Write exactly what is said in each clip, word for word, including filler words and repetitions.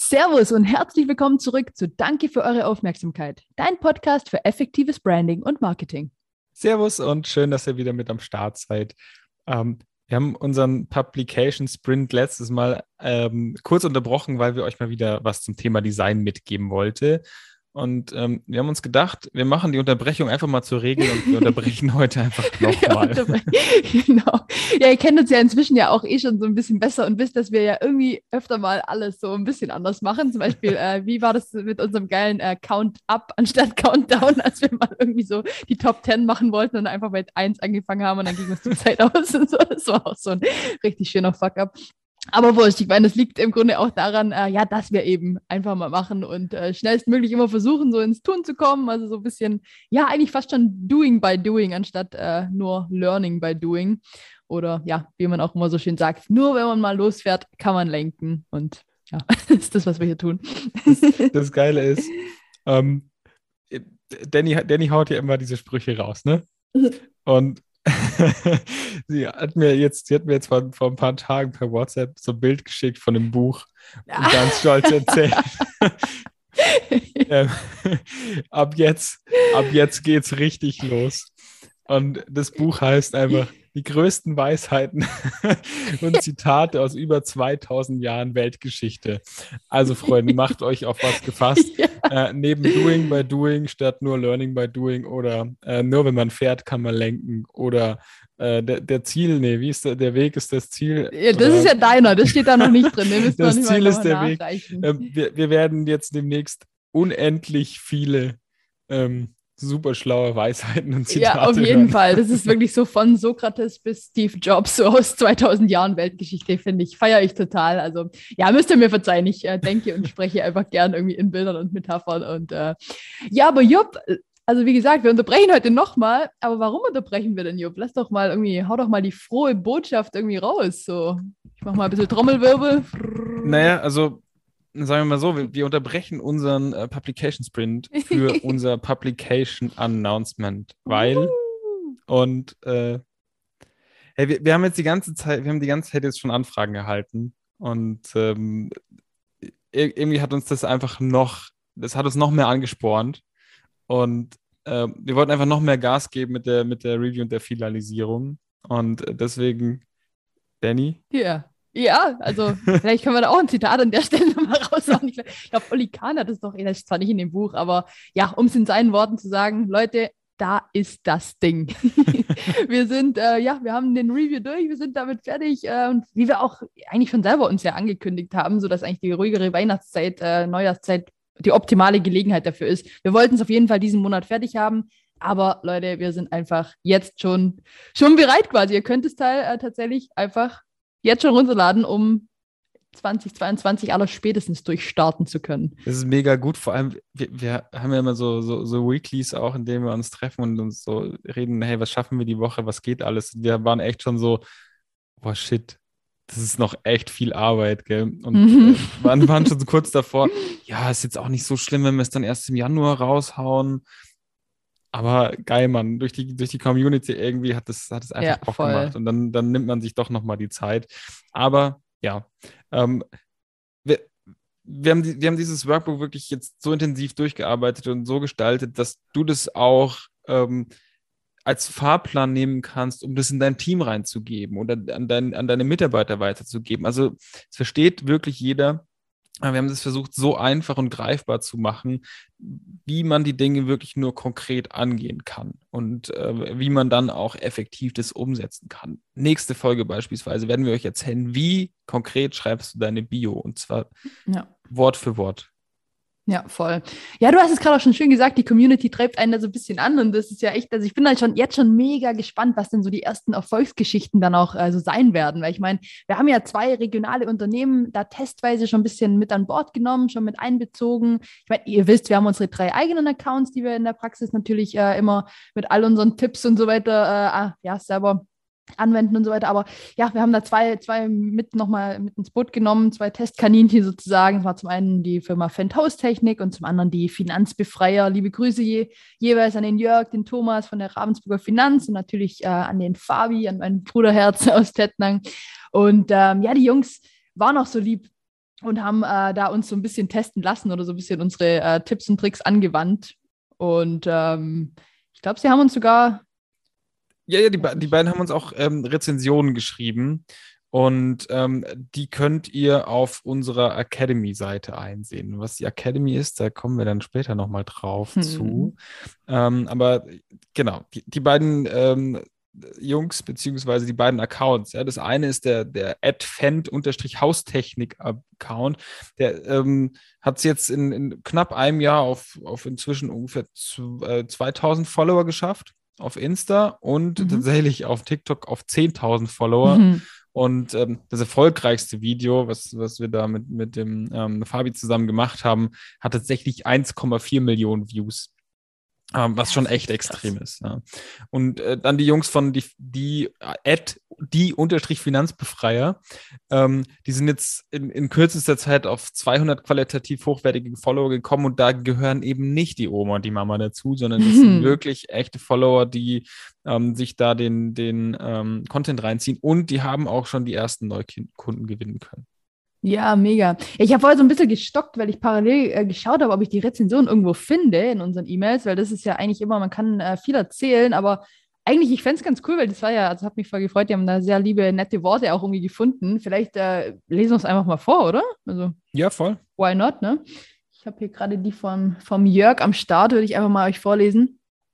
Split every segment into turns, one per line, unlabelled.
Servus und herzlich willkommen zurück zu Danke für eure Aufmerksamkeit, dein Podcast für effektives Branding und Marketing.
Servus und schön, dass ihr wieder mit am Start seid. Ähm, wir haben unseren Publication Sprint letztes Mal ähm, kurz unterbrochen, weil wir euch mal wieder was zum Thema Design mitgeben wollten. Und ähm, wir haben uns gedacht, wir machen die Unterbrechung einfach mal zur Regel und wir unterbrechen heute einfach nochmal.
Genau. Ja, ihr kennt uns ja inzwischen ja auch eh schon so ein bisschen besser und wisst, dass wir ja irgendwie öfter mal alles so ein bisschen anders machen. Zum Beispiel, äh, wie war das mit unserem geilen äh, Count-Up anstatt Countdown, als wir mal irgendwie so die Top Ten machen wollten und einfach bei eins angefangen haben und dann ging uns die Zeit aus und so. Das war auch so ein richtig schöner Fuck-Up. Aber wurscht, ich meine, das liegt im Grunde auch daran, äh, ja, dass wir eben einfach mal machen und äh, schnellstmöglich immer versuchen, so ins Tun zu kommen. Also so ein bisschen, ja, eigentlich fast schon Doing by Doing, anstatt äh, nur Learning by Doing. Oder ja, wie man auch immer so schön sagt, nur wenn man mal losfährt, kann man lenken. Und ja, das ist das, was wir hier tun.
Das, das Geile ist, ähm, Danny, Danny haut ja immer diese Sprüche raus, ne? Und sie hat mir jetzt, sie hat mir jetzt vor, vor ein paar Tagen per WhatsApp so ein Bild geschickt von dem Buch und ganz stolz erzählt. ähm, ab jetzt, ab jetzt geht's richtig los. Und das Buch heißt einfach die größten Weisheiten und Zitate aus über zweitausend Jahren Weltgeschichte. Also Freunde, macht euch auf was gefasst. Ja. Äh, neben Doing by Doing statt nur Learning by Doing oder äh, nur wenn man fährt, kann man lenken oder äh, der, der Ziel, nee, wie ist der, der Weg ist das Ziel.
Ja, das
oder,
ist ja deiner, das steht da noch nicht drin. Den
das nicht Ziel ist der Weg. Äh, wir, wir werden jetzt demnächst unendlich viele ähm, super schlaue Weisheiten und Zitate
Ja, auf jeden
hören.
Fall. Das ist wirklich so von Sokrates bis Steve Jobs, so aus zweitausend Jahren Weltgeschichte, finde ich. Feiere ich total. Also, ja, müsst ihr mir verzeihen. Ich äh, denke und spreche einfach gern irgendwie in Bildern und Metaphern. Und äh, ja, aber Jupp, also wie gesagt, wir unterbrechen heute nochmal. Aber warum unterbrechen wir denn, Jupp? Lass doch mal irgendwie, hau doch mal die frohe Botschaft irgendwie raus. So, ich mach mal ein bisschen Trommelwirbel.
Naja, also sagen wir mal so, wir, wir unterbrechen unseren äh, Publication Sprint für unser Publication Announcement, weil und äh, hey, wir, wir haben jetzt die ganze Zeit, wir haben die ganze Zeit jetzt schon Anfragen erhalten und ähm, irgendwie hat uns das einfach noch, das hat uns noch mehr angespornt und äh, wir wollten einfach noch mehr Gas geben mit der, mit der Review und der Finalisierung und deswegen, Danny?
Ja. Yeah. Ja, also vielleicht können wir da auch ein Zitat an der Stelle nochmal raushauen. Ich glaube, Oli Kahn hat es doch, das ist zwar nicht in dem Buch, aber ja, um es in seinen Worten zu sagen, Leute, da ist das Ding. wir sind, äh, ja, wir haben den Review durch, wir sind damit fertig äh, und wie wir auch eigentlich schon selber uns ja angekündigt haben, sodass eigentlich die ruhigere Weihnachtszeit, äh, Neujahrszeit die optimale Gelegenheit dafür ist. Wir wollten es auf jeden Fall diesen Monat fertig haben, aber Leute, wir sind einfach jetzt schon, schon bereit quasi. Ihr könnt das Teil äh, tatsächlich einfach jetzt schon runterladen, um zwanzig zweiundzwanzig aller spätestens durchstarten zu können.
Das ist mega gut, vor allem, wir, wir haben ja immer so, so, so Weeklies auch, in denen wir uns treffen und uns so reden, hey, was schaffen wir die Woche, was geht alles? Wir waren echt schon so, boah, shit, das ist noch echt viel Arbeit, gell? Und mhm. äh, waren, waren schon so kurz davor, ja, ist jetzt auch nicht so schlimm, wenn wir es dann erst im Januar raushauen. Aber geil, Mann, durch die, durch die Community irgendwie hat es hat es einfach
ja,
Bock
voll.
gemacht und dann, dann nimmt man sich doch nochmal die Zeit. Aber ja, ähm, wir, wir, haben die, wir haben dieses Workbook wirklich jetzt so intensiv durchgearbeitet und so gestaltet, dass du das auch ähm, als Fahrplan nehmen kannst, um das in dein Team reinzugeben oder an, dein, an deine Mitarbeiter weiterzugeben. Also es versteht wirklich jeder. Wir haben das versucht, so einfach und greifbar zu machen, wie man die Dinge wirklich nur konkret angehen kann und äh, wie man dann auch effektiv das umsetzen kann. Nächste Folge beispielsweise werden wir euch erzählen, wie konkret schreibst du deine Bio und zwar ja. Wort für Wort.
Ja, voll. Ja, du hast es gerade auch schon schön gesagt, die Community treibt einen da so ein bisschen an und das ist ja echt, also ich bin halt schon jetzt schon mega gespannt, was denn so die ersten Erfolgsgeschichten dann auch also sein werden, weil ich meine, wir haben ja zwei regionale Unternehmen da testweise schon ein bisschen mit an Bord genommen, schon mit einbezogen. Ich meine, ihr wisst, wir haben unsere drei eigenen Accounts, die wir in der Praxis natürlich äh, immer mit all unseren Tipps und so weiter, äh, ja, selber anwenden und so weiter. Aber ja, wir haben da zwei, zwei mit nochmal mit ins Boot genommen, zwei Testkaninchen sozusagen. Das war zum einen die Firma Fendt-Haustechnik und zum anderen die Finanzbefreier. Liebe Grüße je, jeweils an den Jörg, den Thomas von der Ravensburger Finanz und natürlich äh, an den Fabi, an mein Bruderherz aus Tettnang. Und ähm, ja, die Jungs waren auch so lieb, und haben äh, da uns so ein bisschen testen lassen oder so ein bisschen unsere äh, Tipps und Tricks angewandt. Und ähm, ich glaube, sie haben uns sogar.
Ja, ja, die, die beiden haben uns auch ähm, Rezensionen geschrieben und ähm, die könnt ihr auf unserer Academy-Seite einsehen. Was die Academy ist, da kommen wir dann später nochmal drauf
Hm.
zu. Ähm, aber genau, die, die beiden ähm, Jungs, beziehungsweise die beiden Accounts. Ja, das eine ist der, der adfend-haustechnik-Account. Der ähm, hat es jetzt in, in knapp einem Jahr auf, auf inzwischen ungefähr zu, äh, zweitausend Follower geschafft auf Insta und
Mhm.
tatsächlich auf TikTok auf zehntausend Follower.
Mhm.
Und ähm, das erfolgreichste Video, was, was wir da mit, mit dem ähm, Fabi zusammen gemacht haben, hat tatsächlich eins Komma vier Millionen Views. Ähm, was
Das
schon
ist
echt
echt
extrem
krass.
ist. Ja. Und äh, dann die Jungs von die, die Ad, die Unterstrich Finanzbefreier, ähm, die sind jetzt in, in kürzester Zeit auf zweihundert qualitativ hochwertige Follower gekommen und da gehören eben nicht die Oma und die Mama dazu, sondern das sind
Mhm.
wirklich echte Follower, die ähm, sich da den, den ähm, Content reinziehen und die haben auch schon die ersten Neukunden gewinnen können.
Ja, mega. Ich habe vorher so ein bisschen gestockt, weil ich parallel äh, geschaut habe, ob ich die Rezension irgendwo finde in unseren E-Mails, weil das ist ja eigentlich immer, man kann äh, viel erzählen, aber eigentlich, ich fände es ganz cool, weil das war ja, also hat mich voll gefreut, die haben da sehr liebe, nette Worte auch irgendwie gefunden. Vielleicht äh, lesen wir es einfach mal vor, oder? Also,
Ja, voll.
why not, ne? Ich habe hier gerade die vom, vom Jörg am Start, würde ich einfach mal euch vorlesen.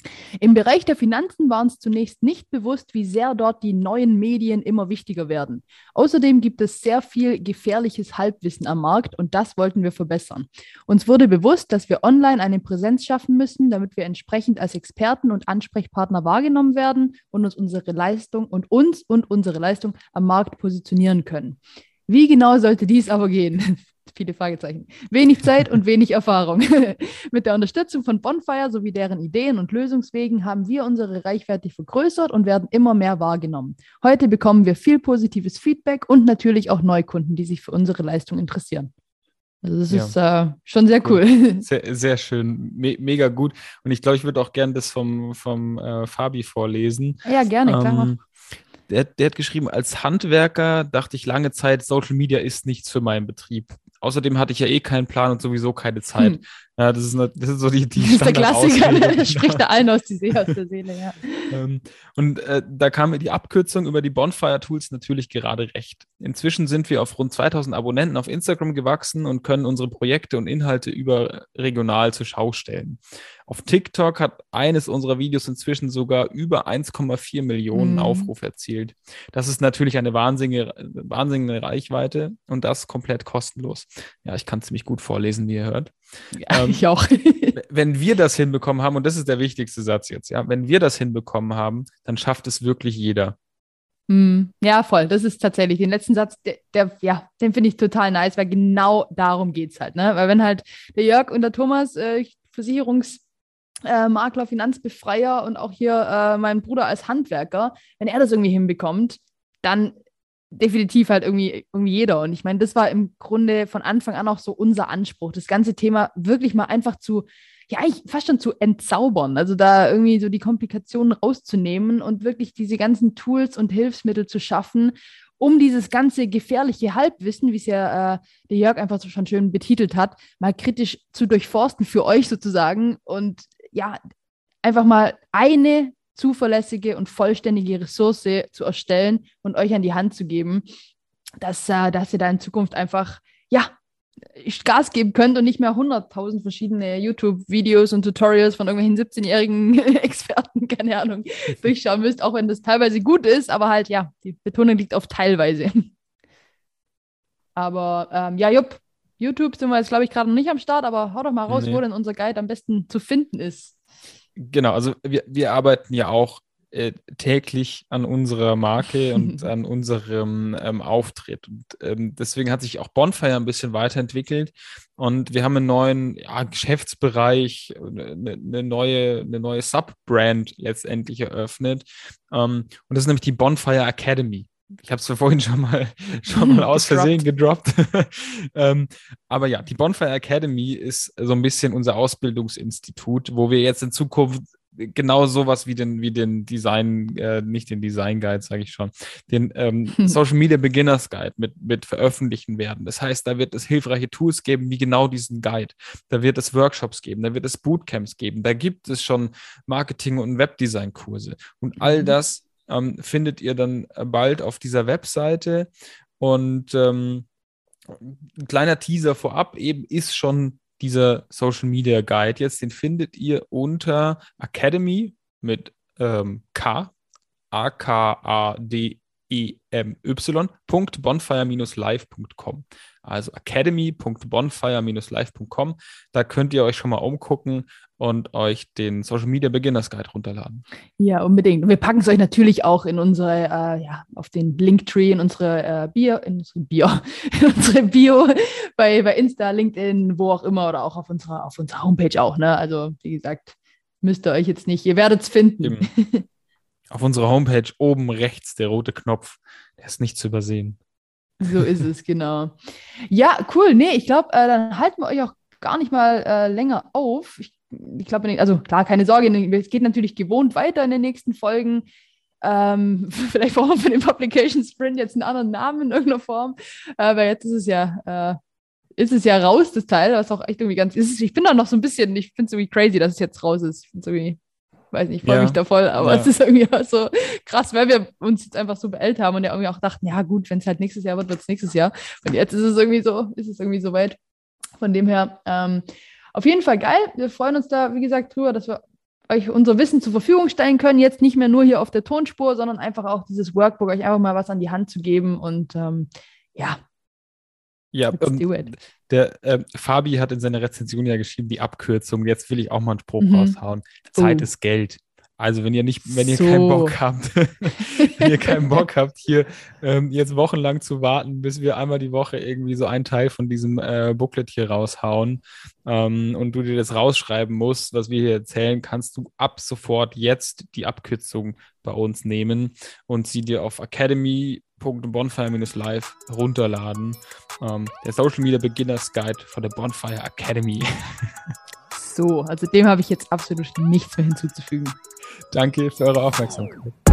Im Bereich der Finanzen war uns zunächst nicht bewusst, wie sehr dort die neuen Medien immer wichtiger werden. Außerdem gibt es sehr viel gefährliches Halbwissen am Markt und das wollten wir verbessern. Uns wurde bewusst, dass wir online eine Präsenz schaffen müssen, damit wir entsprechend als Experten und Ansprechpartner wahrgenommen werden und uns unsere Leistung und uns und unsere Leistung am Markt positionieren können. Wie genau sollte dies aber gehen? Viele Fragezeichen. Wenig Zeit und wenig Erfahrung. Mit der Unterstützung von Bonfire sowie deren Ideen und Lösungswegen haben wir unsere Reichweite vergrößert und werden immer mehr wahrgenommen. Heute bekommen wir viel positives Feedback und natürlich auch Neukunden, die sich für unsere Leistung interessieren. Also das
Ja.
ist äh, schon sehr cool.
Sehr, sehr schön, Me mega gut. Und ich glaube, ich würde auch gerne das vom, vom äh, Fabi vorlesen.
Ja, gerne, klar. Mach.
Ähm, der, der hat geschrieben, als Handwerker dachte ich lange Zeit, Social Media ist nichts für meinen Betrieb. Außerdem hatte ich ja eh keinen Plan und sowieso keine Zeit.
Hm.
Ja, das ist, eine, das ist so die, die
Das ist der Klassiker,
Standardausrede.
spricht da allen aus, die See aus der Seele, ja.
Ähm, und äh, da kam mir die Abkürzung über die Bonfire-Tools natürlich gerade recht. Inzwischen sind wir auf rund zweitausend Abonnenten auf Instagram gewachsen und können unsere Projekte und Inhalte überregional zur Schau stellen. Auf TikTok hat eines unserer Videos inzwischen sogar über eins Komma vier Millionen
Hm.
Aufrufe erzielt. Das ist natürlich eine wahnsinnige, wahnsinnige Reichweite und das komplett kostenlos. Ja, ich kann ziemlich gut vorlesen, wie ihr hört.
Ja,
Ähm,
ich auch.
Wenn wir das hinbekommen haben, und das ist der wichtigste Satz jetzt, ja, wenn wir das hinbekommen haben, dann schafft es wirklich jeder.
Hm, ja, voll. Das ist tatsächlich den letzten Satz, der, der ja, den finde ich total nice, weil genau darum geht es halt, ne? Weil wenn halt der Jörg und der Thomas, äh, Versicherungsmakler, äh, Finanzbefreier und auch hier äh, mein Bruder als Handwerker, wenn er das irgendwie hinbekommt, dann definitiv halt irgendwie, irgendwie jeder. Und ich meine, das war im Grunde von Anfang an auch so unser Anspruch, das ganze Thema wirklich mal einfach zu, ja, ich fast schon zu entzaubern. Also da irgendwie so die Komplikationen rauszunehmen und wirklich diese ganzen Tools und Hilfsmittel zu schaffen, um dieses ganze gefährliche Halbwissen, wie es ja äh, der Jörg einfach so schon schön betitelt hat, mal kritisch zu durchforsten für euch sozusagen und ja, einfach mal eine zuverlässige und vollständige Ressource zu erstellen und euch an die Hand zu geben, dass, äh, dass ihr da in Zukunft einfach, ja, Gas geben könnt und nicht mehr hunderttausend verschiedene YouTube-Videos und Tutorials von irgendwelchen siebzehn-jährigen Experten, keine Ahnung, durchschauen müsst, auch wenn das teilweise gut ist, aber halt, ja, die Betonung liegt auf teilweise. Aber ähm, ja, jupp, YouTube sind wir jetzt, glaube ich, gerade noch nicht am Start, aber hau doch mal raus,
Nee.
wo denn unser Guide am besten zu finden ist.
Genau, also wir, wir arbeiten ja auch äh, täglich an unserer Marke und an unserem ähm, Auftritt. Und ähm, deswegen hat sich auch Bonfire ein bisschen weiterentwickelt und wir haben einen neuen ja, Geschäftsbereich, eine, eine neue, eine neue Subbrand letztendlich eröffnet. Ähm, und das ist nämlich die Bonfire Academy. Ich habe es vorhin schon mal, schon mal aus Versehen gedroppt. ähm, aber ja, die Bonfire Academy ist so ein bisschen unser Ausbildungsinstitut, wo wir jetzt in Zukunft genau sowas wie den, wie den Design, äh, nicht den Design Guide, sage ich schon, den ähm,
Hm.
Social Media Beginners Guide mit, mit veröffentlichen werden. Das heißt, da wird es hilfreiche Tools geben, wie genau diesen Guide. Da wird es Workshops geben, da wird es Bootcamps geben, da gibt es schon Marketing- und Webdesign-Kurse. Und all das ähm, findet ihr dann bald auf dieser Webseite. Und ähm, ein kleiner Teaser vorab eben ist schon dieser Social Media Guide jetzt. Den findet ihr unter Academy mit ähm, K, A K A D E M Y, bonfire live punkt com. Also academy punkt bonfire live punkt com. Da könnt ihr euch schon mal umgucken und euch den Social Media Beginners Guide runterladen.
Ja, unbedingt. Und wir packen es euch natürlich auch in unsere, äh, ja, auf den Linktree, in unsere äh, Bio, in unsere Bio, in unsere Bio bei, bei Insta, LinkedIn, wo auch immer oder auch auf unserer, auf unserer Homepage auch, ne? Also, wie gesagt, müsst ihr euch jetzt nicht, ihr werdet es finden.
Auf unserer Homepage oben rechts der rote Knopf, der ist nicht zu übersehen.
So ist es, genau. Ja, cool. Nee, ich glaube, äh, dann halten wir euch auch gar nicht mal äh, länger auf. Ich, ich glaube, also klar, keine Sorge, es geht natürlich gewohnt weiter in den nächsten Folgen. Ähm, vielleicht brauchen wir für den Publication Sprint jetzt einen anderen Namen in irgendeiner Form. Aber jetzt ist es ja, äh, ist es ja raus, das Teil, was auch echt irgendwie ganz ist. Ich bin da noch so ein bisschen, ich finde es irgendwie crazy, dass es jetzt raus ist. Ich finde es irgendwie, weiß nicht, ich freue
Ja.
mich da voll, aber
Ja.
es ist irgendwie auch so krass, weil wir uns jetzt einfach so beeilt haben und ja irgendwie auch dachten, ja gut, wenn es halt nächstes Jahr wird, wird es nächstes Jahr. Und jetzt ist es irgendwie so, ist es irgendwie so weit. Von dem her, ähm, auf jeden Fall geil. Wir freuen uns da, wie gesagt, drüber, dass wir euch unser Wissen zur Verfügung stellen können. Jetzt nicht mehr nur hier auf der Tonspur, sondern einfach auch dieses Workbook, euch einfach mal was an die Hand zu geben. Und ähm, ja,
Ja,
let's
und
do it.
der äh, Fabi hat in seiner Rezension ja geschrieben, die Abkürzung. Jetzt will ich auch mal einen Spruch
Mhm.
raushauen. Zeit
Oh.
ist Geld. Also wenn ihr nicht, wenn ihr
So.
keinen Bock habt, wenn ihr keinen Bock habt, hier ähm, jetzt wochenlang zu warten, bis wir einmal die Woche irgendwie so einen Teil von diesem äh, Booklet hier raushauen ähm, und du dir das rausschreiben musst, was wir hier erzählen, kannst du ab sofort jetzt die Abkürzung bei uns nehmen und sie dir auf academy punkt bonfire live runterladen. Ähm, der Social Media Beginners Guide von der Bonfire Academy.
So, also dem habe ich jetzt absolut nichts mehr hinzuzufügen.
Danke für eure Aufmerksamkeit.